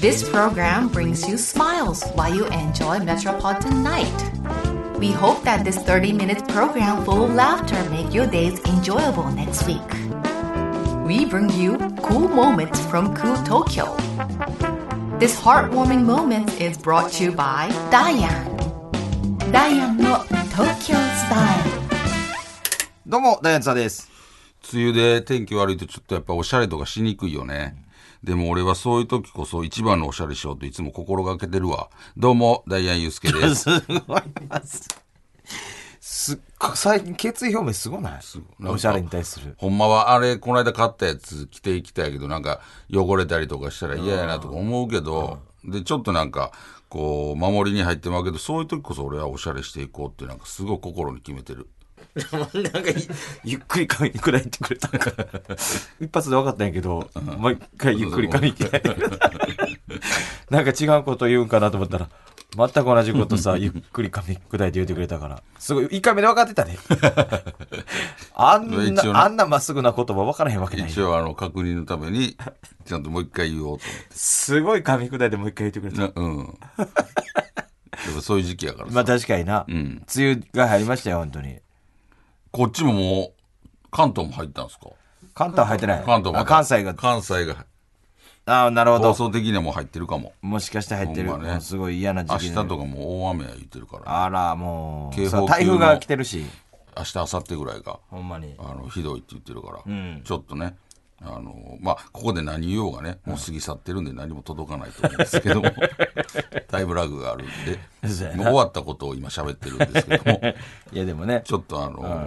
This program brings you smiles while you enjoy Metropolitan Night. We hope that this 30-minute program full of laughter make your days enjoyable next week. We bring you cool moments from cool Tokyo. This heartwarming moment is brought to you by Diane. Diane の Tokyo Style。 どうもダイアンツァです。 梅雨で天気悪いとちょっとやっぱおしゃれとかしにくいよね。でも俺はそういう時こそ一番のおしゃれしようといつも心がけてるわ。どうもダイアンユースケです。 すごい最近決意表明すごない？おしゃれに対する。 ほんまはあれこの間買ったやつ着ていきたいけどなんか汚れたりとかしたら嫌やなとか思うけど、でちょっとなんかこう守りに入ってまうけど、そういう時こそ俺はおしゃれしていこうってなんかすごい心に決めてる。 なんかゆっくり髪にくらいってくれたんか一発で分かったんやけど、もう一回ゆっくり髪にくらいなんか違うこと言うんかなと思ったら全く同じことさゆっくり髪くらいで言ってくれたからすごい1回目で分かってたねあんなまっすぐな言葉分からへんわけない。 一応確認のためにちゃんともう一回言おうと思ってすごい髪くらいでもう一回言ってくれた。 でもそういう時期やからさ。 まあ確かにな、梅雨が入りましたよ本当に。 こっちももう関東も入ったんですか？ 関東入ってない。 関東も関西が。ああなるほど。 放送的にはもう入ってるかも。 もしかして入ってる。ね、すごい嫌な時期で。明日とかもう大雨や言ってるから、ね。 あらもう警報級の台風が来てるし。 明日明後日ぐらいがほんまにひどいって言ってるから、ちょっとねまあここで何言おうがねもう過ぎ去ってるんで何も届かないと思うんですけどもタイムラグがあるんでもう終わったことを今喋ってるんですけどもいやでもねちょっと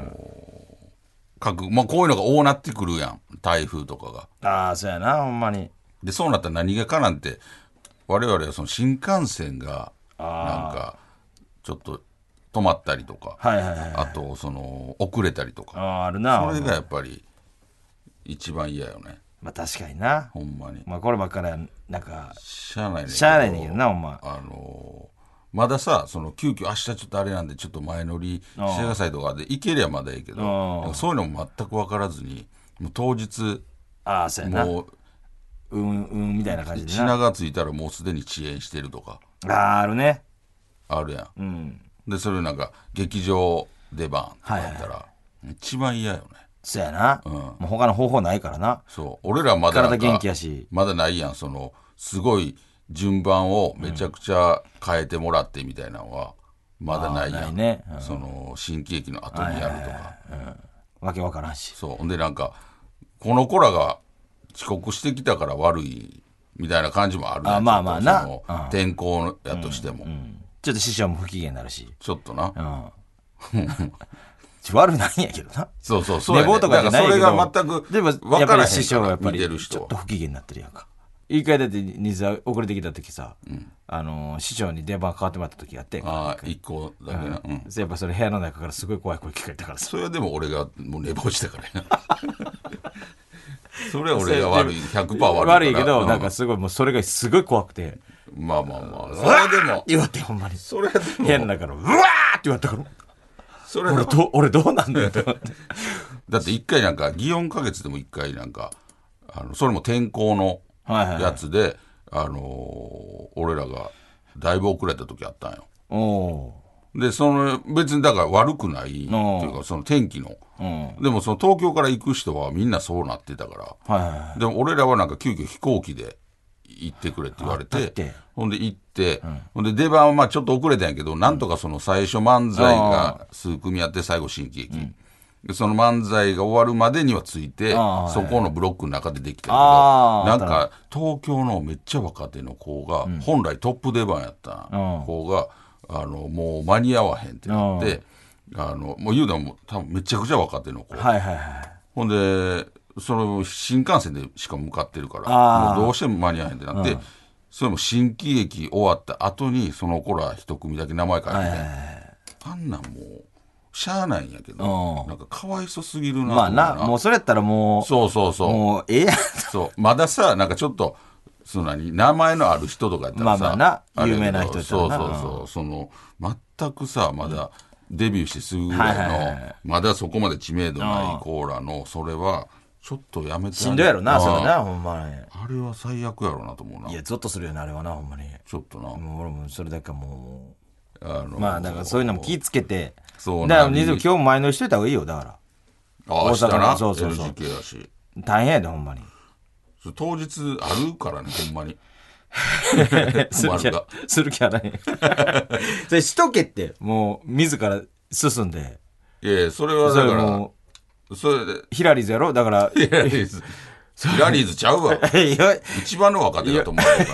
まあ、こういうのが多なってくるやん台風とかが。 ああそうやなほんまに。 でそうなったら何がかなんて我々はその新幹線がなんかちょっと止まったりとか、あとその遅れたりとか、 あるな。 それがやっぱり一番嫌よね。 まあ確かになほんまに。 まあこればっかりはなんかしゃあないねんけどなほんま。 まださその急遽明日ちょっとあれなんでちょっと前乗りしてくださいとかで行けりゃまだいいけど、そういうのも全く分からずにもう当日そうやなもうみたいな感じでな品がついたらもうすでに遅延してるとかあるね。 あるやん、でそれなんか劇場出番とかやったら、一番嫌よね。 そうやな、もう他の方法ないからな。 そう俺らまだなんか体元気やしまだないやん。そのすごい順番をめちゃくちゃ変えてもらってみたいなのはまだないやん、 ねその新喜劇の後にやるとか、 わけわからんし。 そうほんでなんかこの子らが遅刻してきたから悪いみたいな感じもあるやん。 まあまあな、 天候やとしても、 ちょっと師匠も不機嫌になるしちょっとな、 悪ないんやけどな。 そう寝坊とかじゃないけど、 それが全くでも分からへんから師匠はやっぱり見てる人ちょっと不機嫌になってるやんか。一回だって水遅れてきた時さ、師匠に電話変わってもらった時やってんか一個だけな、 やっぱそれ部屋の中からすごい怖い声聞かれたからさ。 それはでも俺がもう寝坊したからやそれは俺が悪い 100% 悪いけど、なんかすごいもうそれがすごい怖くて、 まあそれでも言われてほんまにそれでも部屋の中からうわーって言われたから、 それ俺どうなんだよと思ってだって一回なんか祇園花月でも一回なんかそれも天候のやつで、俺らがだいぶ遅れた時あったんよ。でその別にだから悪くないっていうかその天気の、でもその東京から行く人はみんなそうなってたから、でも俺らはなんか急遽飛行機で行ってくれって言われて、ほんで行って、ほんで出番はまあちょっと遅れたんやけど、なんとかその最初漫才が数組あって最後新喜劇、でその漫才が終わるまでにはついて、そこのブロックの中でできたけど、なんか東京のめっちゃ若手の子が、本来トップ出番やった子がもう間に合わへんってなって、もう言うのも多分めちゃくちゃ若手の子、ほんでその新幹線でしか向かってるからもうどうしても間に合わへんってなって、それも新喜劇終わった後にその子ら一組だけ名前書いて、あんなんもうしゃあないんやけど、なんかかわいそすぎるな。 まあな、もうそれやったらもうそうもうええやんそうまださなんかちょっとその名前のある人とかやったらさ、 な有名な人やったらな、 そうその全くさまだデビューしてすぐぐらいの、まだそこまで知名度ないコーラのそれはちょっとやめてしんどいやろな、それな、ほんまに。 あれは最悪やろなと思うな。 いや、ゾッとするよな、あれはな、ほんまに。 ちょっとな。 もう俺もそれだけはもう、 まあ、だからそういうのも気ぃつけて。 そうだから、今日も前乗りしといた方がいいよ、だから。 大阪な。 そうそうそう。 LGK やし。 大変やで、ほんまに。 当日あるからね、ほんまに。 する気はない。それしとけって、もう、自ら進んで。 いやそれはだから、それで。 ヒラリーズやろだから。 ヒラリーズちゃうわ。一番の若手だと思うから。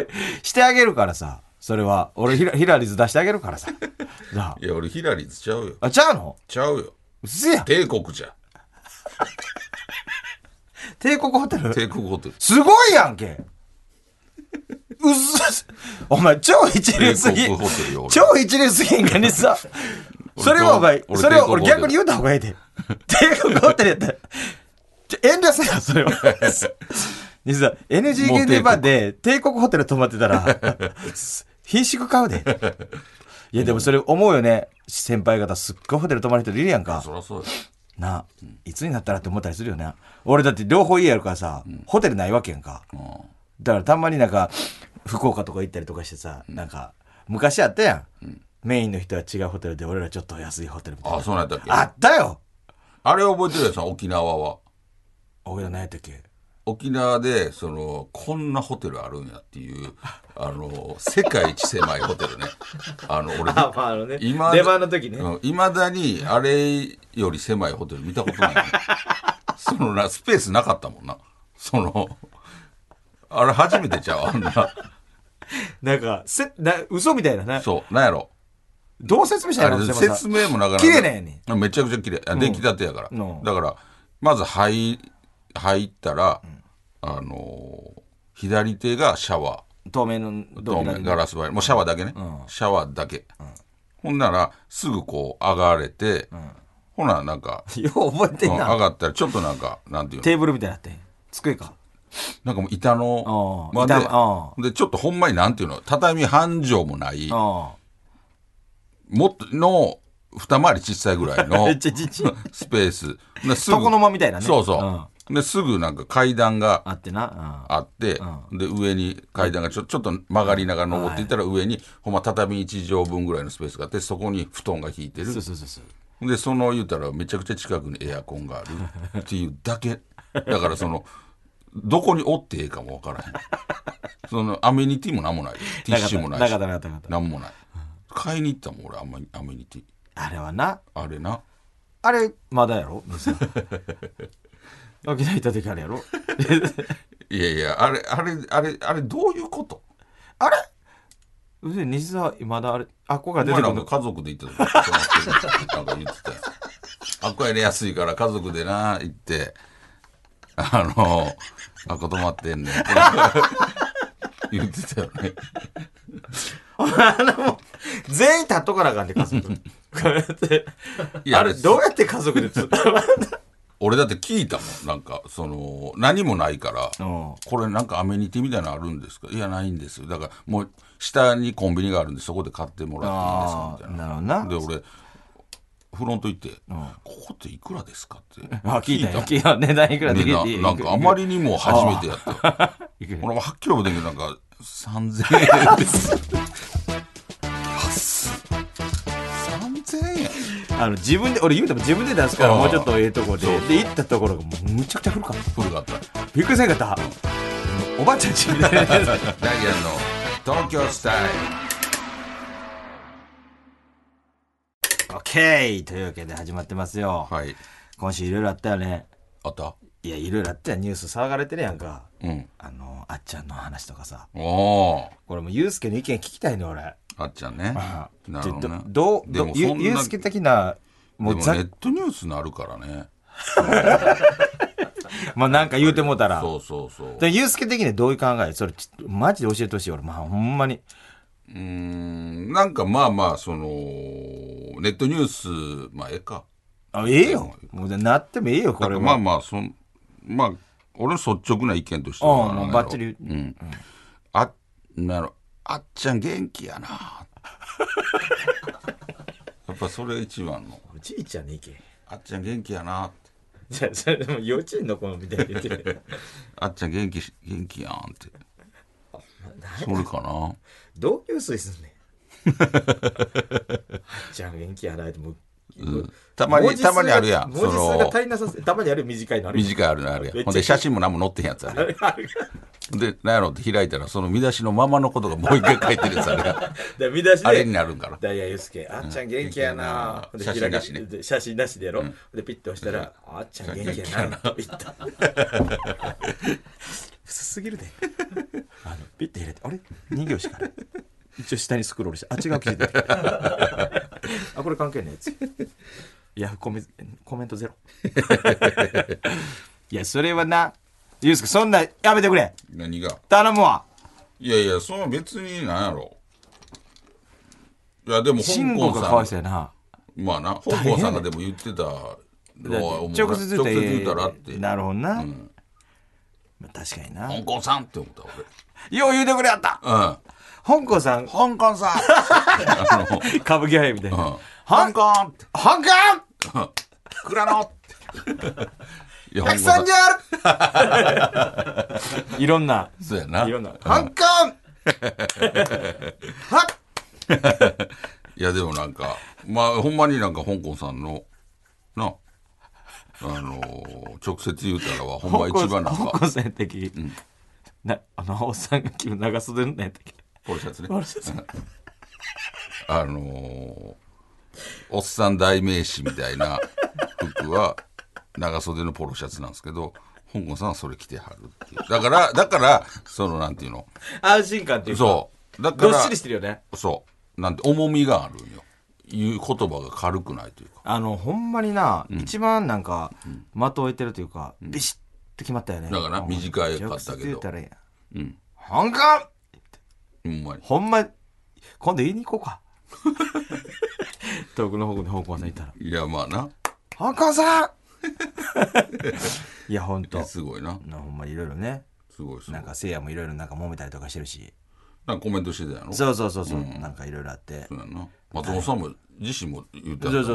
してあげるからさ。それは。俺ヒラリーズ出してあげるからさ。 いや、俺ヒラリーズちゃうよ。 あ、ちゃうのちゃうよ。 うせや。 帝国じゃ。 帝国ホテル帝国ホテル。 すごいやんけ。お前超一流すぎ。超一流すぎんかにさ。それはお前、それを俺逆に言うた方がいいで。帝国ホテルやったら。遠慮せよ、それは。にさ、NG 現場で帝国ホテル泊まってたら、品縮買うで。いやでもそれ思うよね。先輩方すっごいホテル泊まる人いるやんか。 そりゃそうや。 な、いつになったらって思ったりするよね。俺だって両方家やるからさ、ホテルないわけやんか。だからたまになんか、福岡とか行ったりとかしてさ、なんか、昔あったやん。メインの人は違うホテルで、俺らちょっと安いホテルみたいな。 あ、そうなんやったっけ。 あったよ。 あれ覚えてるやつ、沖縄は。 俺ら何やったっけ。 沖縄で、こんなホテルあるんやっていう、世界一狭いホテルね。 俺、今、出番の時ね。 いまだに、あれより狭いホテル見たことない、ね。スペースなかったもんな。あれ初めてちゃう、あんな。 なんか、嘘みたいなね。 そう、なんやろ。 どう説明したらいいの？ 説明もなかなか。 綺麗なんやねん。めちゃくちゃ綺麗。出来たてやから。だから、まず入ったら、左手がシャワー。 透明ガラス張り。もうシャワーだけね。シャワーだけ。ほんなら、すぐこう上がれて、ほな、なんか、 よう覚えてんな。 上がったら、ちょっとなんか、なんていうの。 テーブルみたいになって。机か。 なんかもう板の、で、ちょっとほんまになんていうの、畳半畳もない、もっとの、二回り小さいぐらいのスペース。 床の間みたいなね。 そうそう。で、すぐなんか階段があってな。 あって、で、上に階段がちょっと曲がりながら登っていったら上に、ほんま畳一畳分ぐらいのスペースがあって、そこに布団が引いてる。で、言うたらめちゃくちゃ近くにエアコンがあるっていうだけ。だからどこにおってええかもわからへん。アメニティもなんもない。ティッシュもないし。なんもない。買いに行ったもん、俺、アメニティ。 あれはな。 あれな。 あれ、まだやろ沖縄行った時あれやろいやいや、あれ、どういうことあれ西澤、まだあれ、あっこが出てくる。 なんか家族で行ったとなんか言ってたよ。あっこやりやすいから家族でな、行って、あっこ泊まってんねん。言ってたよね。 全員立っとかなあかんで、家族。こうやって。あれ、どうやって家族で俺だって聞いたもん。なんか、何もないから、これなんかアメニティみたいなのあるんですか？いや、ないんですよ。だから、もう、下にコンビニがあるんで、そこで買ってもらっていいですかみたいな。 なるほどな。 で、俺、フロント行って、ここっていくらですかって。 聞いたよ。値段いくらでなんかあまりにも初めてやって。俺もはっきり覚えてんけど、なんか、3000円です。3000円自分で、俺言うても自分で出すから、もうちょっとええとこで。で、行ったところがもうむちゃくちゃ古かった。 古かった。 びっくりせんかった。おばあちゃんちみたいな。 ダイアンの東京スタイル。 オッケーというわけで始まってますよ。 はい。 今週いろいろあったよね。 あった？ いや、いろいろあったよ。ニュース騒がれてるやんか。あっちゃんの話とかさ。これもうユースケの意見聞きたいね、俺。 あっちゃんね。 なるほどね。ユースケ的な、 もうネットニュースになるからね。 まあなんか言うてもうたら。 そうでユースケ的にはどういう考え？それ、マジで教えてほしい。俺、ほんまに。 なんかまあまあ、ネットニュース、まあええか。 ええよ。もうなってもええよ、これは。 まあまあ、まあ、俺の率直な意見としては。 バッチリ。 あっちゃん元気やな。やっぱそれ一番の。 おじいちゃんの意見。 あっちゃん元気やなって。 じゃあそれでも幼稚園の子みたいに言ってるあっちゃん元気やんってそれかな。 同級生すんねんあっちゃん元気やないともう、 たまにあるやん。 文字数が足りなさせたまにある短いのある短いあるやん。ほんで写真も何も載ってへんやつあるで何やろって開いたらその見出しのままのことがもう一回書いてるやつあるやん見出しであれになるんかな。 ダイヤユースケあっちゃん元気やな写真なしね。 写真なしでやろ、でピッと押したら、あっちゃん元気やなと言った薄すぎるでピッて入れてあれ2行しかない一応下にスクロールして違う記事でこれ関係ないやついやコメントゼロいやそれはなユースケそんなやめてくれ。 何が頼むわ。 いやその別に何やろ。いやでも慎吾がかわいそうやな。 まあな香港さんがでも言ってた直接言ったらってなるほどな、確かにな香港さんって思った俺よう言うてくれやった、香港さん香港さん歌舞伎俳優みたいな、 香港って香港蔵野 130あるいろんなそうやないろんな香港いやでもなんかまあほんまになんか香港さんのな直接言うたらはほんま一番なんか香港さんやったっけ、おっさんが着る長袖のやったっけポロシャツねおっさん代名詞みたいな服は長袖のポロシャツなんですけど香港さんはそれ着てはるっていうだからそのなんていうの安心感っていうかそうだからどっしりしてるよね。 そうなんて重みがあるんよ言う言葉が軽くないというかほんまにな、一番なんか的を得てるというか、ビシッと決まったよね。 だから短いかったけど直接言ったらいいやん、香港ほんま今度言いに行こうか遠くの方に香港さんいたらいやまあな香港さんいやほんとすごいなほんまいろいろねすごいなんかせいやもいろいろなんか揉めたりとかしてるしなんかコメントしてたやろ。 そう、なんかいろいろあってそうやな松本さんも自身も言ってたもんな。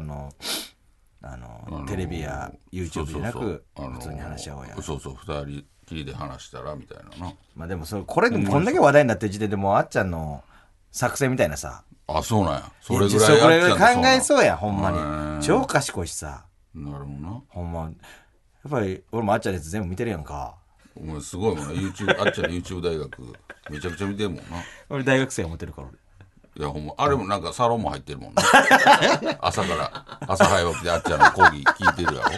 そうテレビや YouTube じゃなく普通に話し合おうや。 そう2人きりで話したらみたいなな。 まあでもこれこんだけ話題になってる時点でもうあっちゃんの作戦みたいなさあそうなんやそれぐらい考えそうやほんまに超賢いしさ。 なるほどなほんまやっぱり俺もあっちゃんのやつ全部見てるやんか。 お前すごいもんな YouTube あっちゃんの YouTube 大学めちゃくちゃ見てるもんな。 俺大学生思ってるから俺。 いやほんまあれもなんかサロンも入ってるもんね朝早起きであっちゃんの講義聞いてるや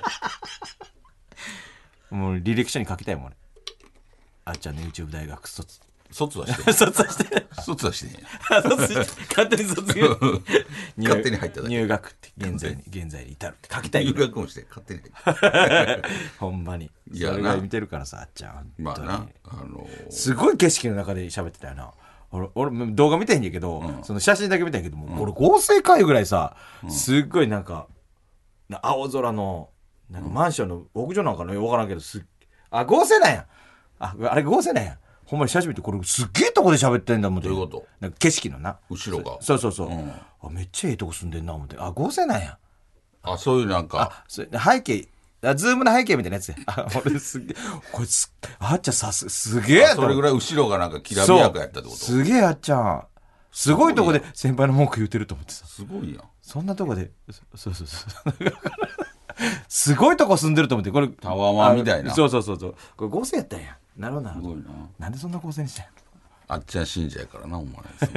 ろ。もう履歴書に書きたいもん俺。あっちゃんの YouTube 大学卒はして卒はして卒はしてへん勝手に卒業勝手に入っただけ入学って現在に至るって書きたい。 入学もして勝手に入ったほんまにいやなそれぐらい見てるからさあっちゃんまあなすごい景色の中で喋ってたよな。俺動画見てへんやけど、その写真だけ見たんやけども、これ合成かいうぐらいさ、すっごいなんか青空のなんかマンションの屋上なんかの分からんけど合成なんや。あれ合成なんや。ほんまに写真見てこれすっげえとこで喋ってんだもん。 どういうこと？ なんか景色のな後ろがそう、あめっちゃいいとこ住んでんな思って。あ合成なんや。 あそういうなんか背景ズームの背景みたいなやつや。俺すげえこれあっちゃんすげえそれぐらい後ろがなんかきらびやかやったってこと？ すげえあっちゃんすごいとこで先輩の文句言うてると思ってさ。 すごいやんそんなとこでそうすごいとこ住んでると思って。これタワマンみたいな。 そうこれ合成やったんや。なるほどな。 すごいな。 なんでそんな合成にしたんや。 あっちゃん信者やからなお前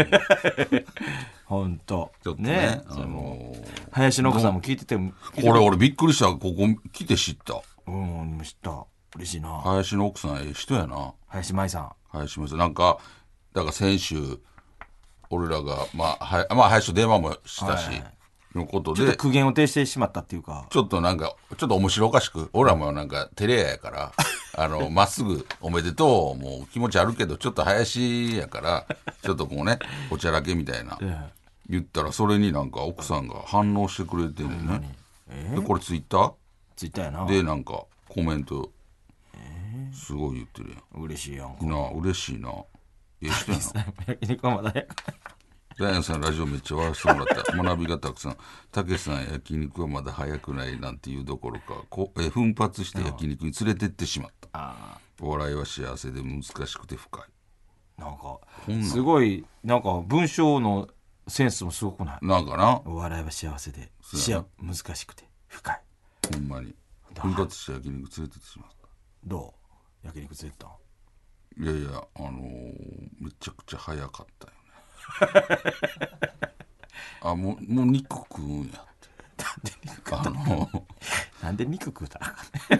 ほんとちょっとね林の奥さんも聞いててもこれ俺びっくりした。ここ来て知った。 知った嬉しいな。 林の奥さんええ人やな。 林舞さんなんかだから先週俺らがまあ林と電話もしたし、のことでちょっと苦言を呈してしまったっていうかちょっとなんかちょっと面白おかしく俺らもなんか照れ屋やからまっすぐおめでとうもう気持ちあるけどちょっと林やからちょっとこうねおちゃらけみたいな言ったらそれになんか奥さんが反応してくれてんねんね。でこれツイッターやなでなんかコメントすごい言ってるやん。 嬉しいやんなあ嬉しいな。ええ人やな。 焼肉はまだやダイアンさんラジオめっちゃ笑わせてもらった学びがたくさん。たけしさん焼肉はまだ早くないなんていうどころか奮発して焼肉に連れてってしまった。お笑いは幸せで難しくて深い。 なんかすごいなんか文章のセンスもすごくない？ なんかな、 お笑いは幸せで難しくて深い。 ほんまに奮発して焼肉連れてってしまった。 どう焼肉連れてったん？ いやいやめちゃくちゃ早かったよねもう肉食うんやってなんで肉食うたら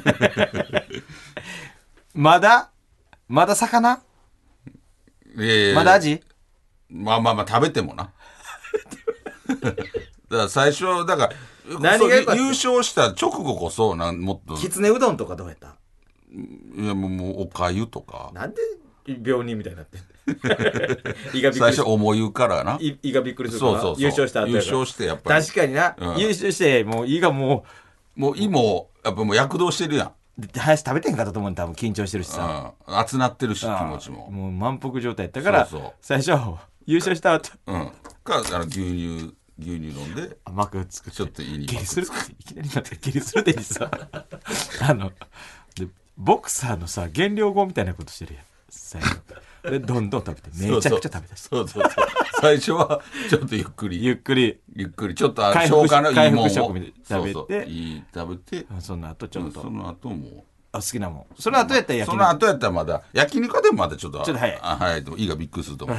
まだ魚？まだアジ？ まあ食べてもなだから最初だから何が良かった？ 優勝した直後こそもっときつねうどんとかどうやった？ いやもうおかゆとか。 なんで病人みたいになってん最初重湯からな胃がびっくりするから。 そう優勝した後優勝してやっぱり確かにな、優勝してもう胃がもう胃もやっぱもう躍動してるやん。 林食べてんかったと思う。多分緊張してるしさ、 熱なってるし気持ちももう満腹状態やったから。 そう最初優勝した後牛乳飲んで甘く作ってちょっといいに下痢するいきなりなって下痢するでにさでボクサーのさ減量後みたいなことしてるやん最初でどんどん食べてめちゃくちゃ食べたしそう最初はちょっとゆっくりちょっと消化のいいもんを食べて食べてその後ちょっとその後も好きなもん。その後やったら焼肉。その後やったらまだ焼肉でもまだちょっと早いと胃がびっくりすると思う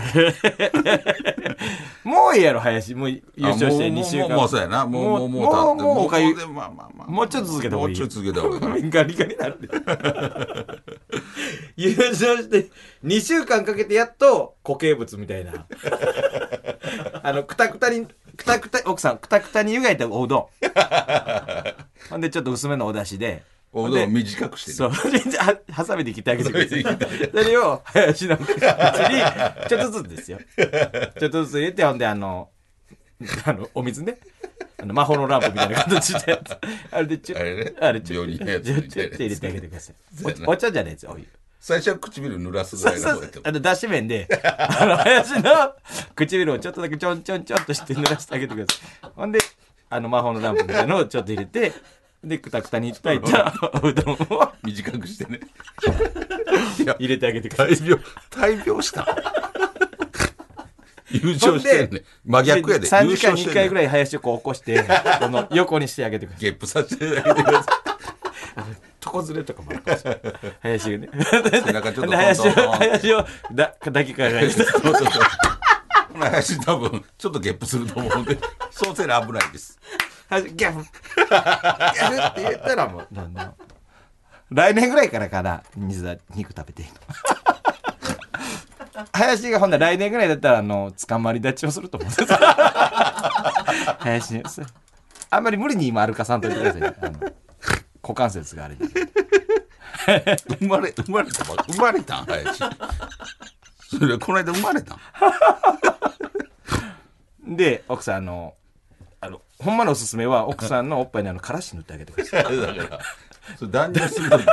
もういいやろ林。もう優勝して2週間。 もうそうやな。もうおかゆ。 もうちょっと続けた方がいい。 もうちょっと続けた方がいいガリガリになる優勝して2週間かけてやっと固形物みたいなくたくた奥さんくたくたに湯がいたおうどんほんでちょっと薄めのお出汁でおうどんを短くしてそうハサミで切ってあげてくれてそれを林の口にちょっとずつですよちょっとずつ入れてほんでお水ね魔法のランプみたいな形でやつあれでちょっと病人のやつみたいな入れてあげてくださいお茶じゃないですよお湯最初は唇濡らすぐらいの方やった脱脂麺で林の唇をちょっとだけちょんちょんちょんとして濡らしてあげてくださいほんで魔法のランプみたいなのをちょっと入れてでくたくたに炊いたうどんを短くしてね入れてあげてください大病した優勝してんね真逆やで 3時間に1回ぐらい林をこう起こしてこの横にしてあげてくださいゲップさせてあげてください床ずれとかもあるかもしれない林がね背中ちょっと林を抱きかかえて林多分ちょっとゲップすると思うんでそうせな危ないですギャフギャフって言ったらもう来年ぐらいから水は肉食べていいの林がほんなら来年ぐらいだったら捕まり立ちをすると思うんです林あんまり無理に今歩かさんといてくださいね股関節があれで生まれたん林それこの間生まれたんで奥さんほんまのおすすめは奥さんのおっぱいにからし塗ってあげてくださいだからそれ断乳するの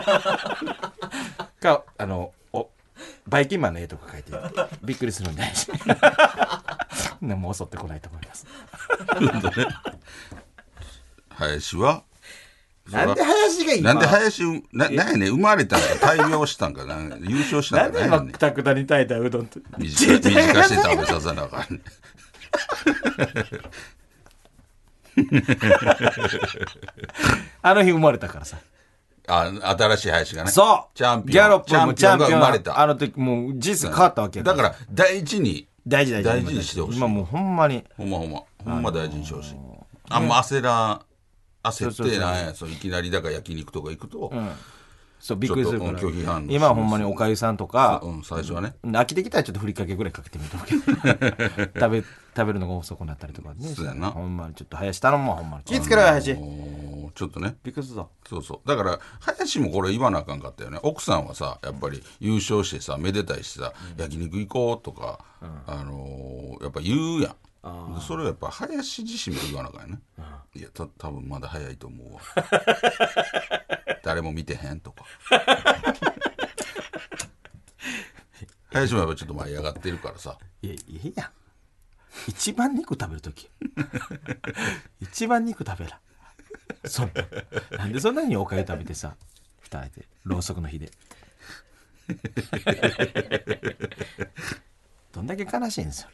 かバイキンマンの絵とか描いてびっくりするんでもう襲ってこないと思います林はなんで林が今なんで林なんやね生まれたんか大病したんか優勝したんかなんで今くたくたに炊いたうどんと短して食べさせなあかんねあの日生まれたからさ新しい林がねそうチャンピオンギャロップもチャンピオンが生まれたあの時もう人生変わったわけやだから大事に大事にしてほしい今もうほんまにほんま大事にしてほしいあんま焦ってないそういきなりだから焼肉とか行くとそうびっくりするから拒否反応今はほんまにおかゆさんとか最初はね飽きてきたらちょっとふりかけぐらいかけてみたわけ食べるのが遅くなったりとかねそうやなほんまにちょっと林頼むわほんまに気ぃつけろよ林ちょっとねびっくりするぞそうだから林もこれ言わなあかんかったよね奥さんはさやっぱり優勝してさめでたいしさ焼肉行こうとかやっぱ言うやんそれはやっぱ林自身も言わなあかんよねいや多分まだ早いと思うわ誰も見てへんとか林もやっぱちょっと舞い上がってるからさいいやん一番肉食べるとき一番肉食べらそうなんでそんなにおかゆ食べてさ二人でろうそくの火でどんだけ悲しいんですよ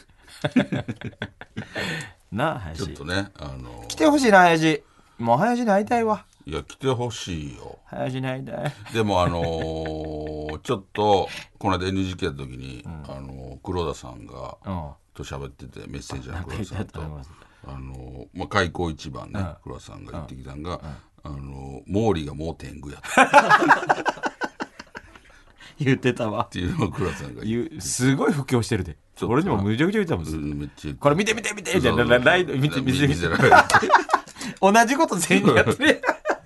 なあ林ちょっとね来てほしいな林もう林に会いたいわいや来てほしいよ林に会いたいでもちょっとこの間 NGK やった時に、黒田さんが、と喋っててメッセージの黒田さんと開口一番ね、黒田さんが言ってきたんが、毛利がもう天狗やった言ってたわっていうのを黒田さんが言ってすごい布教してるで俺にもむちゃくちゃ言ったもんめっちゃこれ見て見て見てみたいなライト見て見て見せられて同じこと全員やってる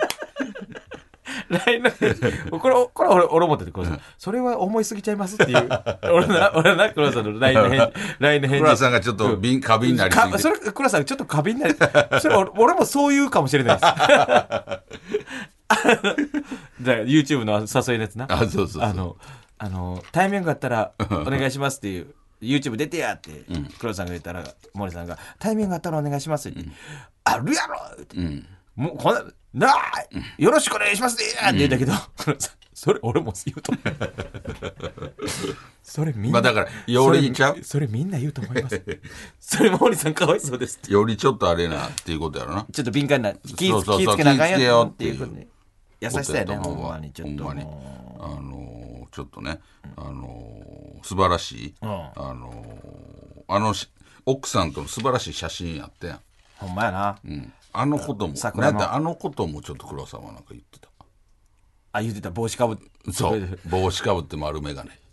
これ俺思っててそれは思いすぎちゃいますっていう俺な黒田さんの LINE の返事黒田さんがちょっと過敏になりすぎてそれ黒田さんちょっと過敏になりそれ俺もそう言うかもしれないですだから YouTube の誘いのやつなそうタイミングがあったらお願いしますっていうYouTube 出てやって黒田さんが言ったら森さんがタイミングがあったらお願いしますってあるやろって、もうこんなあよろしくお願いしますって言うんだけど、それ俺も言うと思うそれみんな、 だからよりちゃうそれみんな言うと思いますそれ森さんかわいそうですってよりちょっとあれなっていうことやろなちょっと敏感な気そうぃつけなあかんよっていうこと優しさやねほほんまんまにちょっとほんまにちょっとね素晴らしい奥さんとの素晴らしい写真やったやんほんまやな、 あのことも桜のなんてあのこともちょっと黒さんはなんか言ってた言ってた帽子かぶってそう帽子かぶって丸眼鏡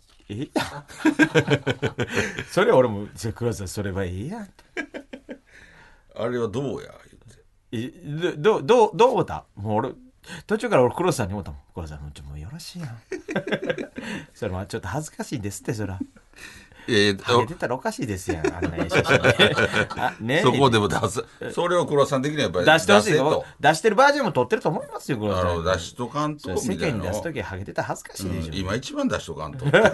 それ俺も黒田さんそれはいいやんあれはどうや言ってどう思ったもう俺途中から俺黒田さんに思ったもん黒田さんもうよろしいやんそれもちょっと恥ずかしいですってそらハゲてたらおかしいですやんあんな写真ねそこでも出すそれを黒田さん的にはやっぱり出してほしいと出してるバージョンも撮ってると思いますよ黒田さん出しとかんとみたいな世間に出すときハゲてたら恥ずかしいでしょ、 今一番出しとかんとだ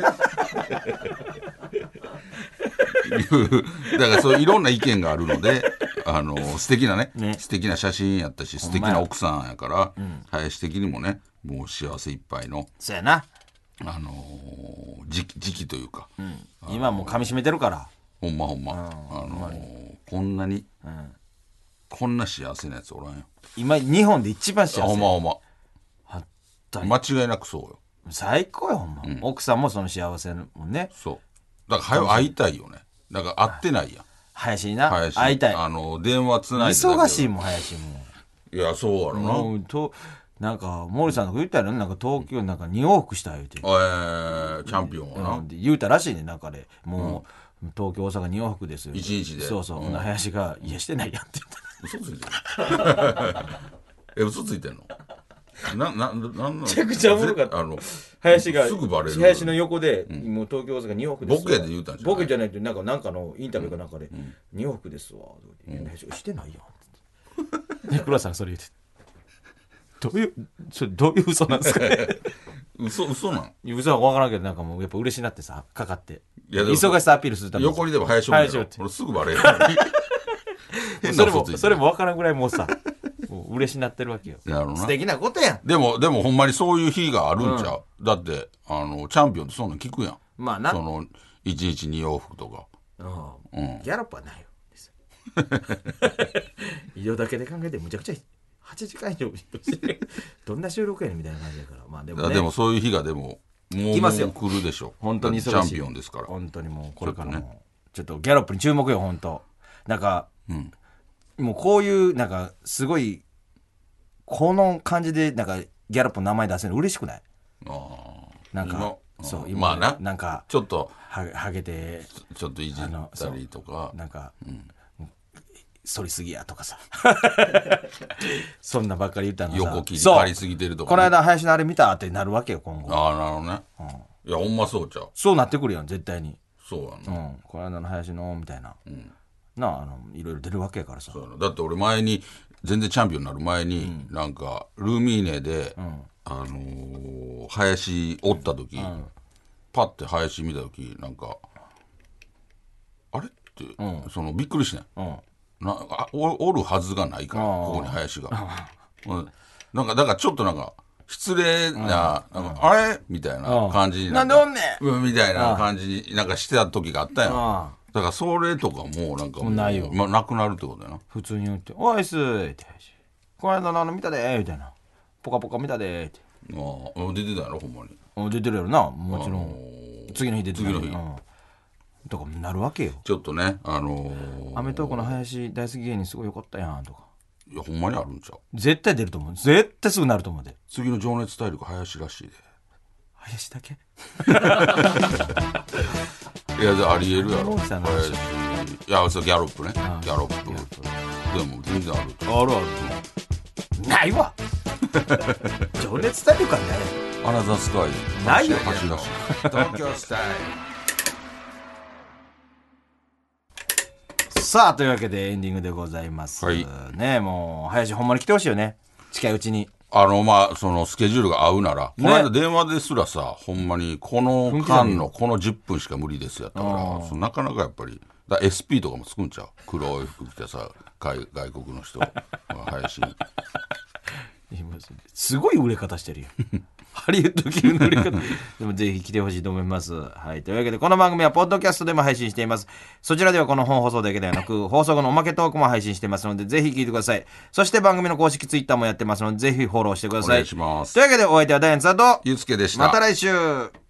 からそういろんな意見があるので素敵なね素敵な写真やったし素敵な奥さんやから、林的にもねもう幸せいっぱいのそうやな時期というか、 今もう噛み締めてるからほんまこんなに、こんな幸せなやつおらんよ今日本で一番幸せほんまほんま間違いなくそうよ最高よほんま、奥さんもその幸せもんねそうだから会いたいよねだから会ってないやん林にな会いたい電話つないで忙しいもん林もいやそうやろなもうなんか森さんが言ったらなんか東京なんか2往復した言うて、 チャンピオンはな、 言うたらしいね中でもう、東京大阪2往復ですよ 1日でそう、林がいやしてないやんって嘘ついてる嘘ついてんのめちゃくちゃおもろかった林がすぐバレる林の横で、もう東京大阪2往復ですボケで言うたんじゃないボケじゃないってなんかのインタビューかなんかで、2往復ですわ、林がしてないやんって黒田さんがそれ言ってどういう嘘なんですかね嘘なん嘘は分からんけどなんかもうやっぱ嬉しいなってさかかって忙しさアピールするために横にでも林を見たら俺すぐバレるそれも分からんぐらいもうさもう嬉しになってるわけよ素敵なことやんでもほんまにそういう日があるんちゃう、だってチャンピオンってそんなん聞くやんまあなその1日2往復とかギャロップはないよ移動だけで考えてむちゃくちゃ8時間以上どんな収録やねんみたいな感じだからまあでもねでもそういう日がでももう来るでしょ本当に忙しいチャンピオンですから本当にもうこれからもちょっとギャロップに注目よ本当なんか、もうこういうなんかすごいこの感じでなんかギャロップの名前出せるの嬉しくないなんかそう今、 まあななんかちょっとハゲてちょっといじったりとかなんか、反りすぎやとかさそんなばっかり言ったのさ横切り刈りすぎてるとか、 この間林のあれ見たってなるわけよ今後なるほどね、いやほんまそうちゃうそうなってくるやん絶対にそうやな、 この間の林のみたいな、いろいろ出るわけやからさそうだって俺前に全然チャンピオンになる前に、なんかルーミーネで、林おった時、パッて林見た時なんかあれ 、そのびっくりしてん、おるはずがないからここに林が、なんかだからちょっとなんか失礼な、あれみたいな感じになんでおんねんみたいな感じになんかしてた時があったやん。だからそれとかもなんかもうないよ、 なくなるってことやな。 普通に言って「おいっす」って「この間見たで」みたいな「ポカポカ見たで」って出てたやろほんまに。 出てるやろな、もちろん次の日出てた次の日、 とかなるわけよ。 ちょっとねアメトークの林大好き芸人すごいよかったやんとか。 いやほんまにあるんちゃう。 絶対出ると思う。絶対すぐなると思うで。 次の情熱大陸林らしいで。 林だけいやありえるやろ。 いやそうギャロップね、ギャロップでも全然ある。 あるないわ情熱大陸はない。 アナザースカイないよ走らしい東京スタイル。さあというわけでエンディングでございます、ね。もう林ほんまに来てほしいよね、近いうちに。 まあそのスケジュールが合うなら、この間電話ですらさ、ほんまにこの間のこの10分しか無理ですやったからなかなかやっぱりSP とかもつくんちゃう。黒い服着てさ外国の人林にすごい売れ方してるよハリウッド級の売れ方でもぜひ来てほしいと思います。はい、というわけでこの番組はポッドキャストでも配信しています。そちらではこの本放送だけではなく放送後のおまけトークも配信していますのでぜひ聞いてください。そして番組の公式ツイッターもやってますのでぜひフォローしてください。 お願いします。 というわけでお相手はダイアンツだとゆうすけでした。 また来週。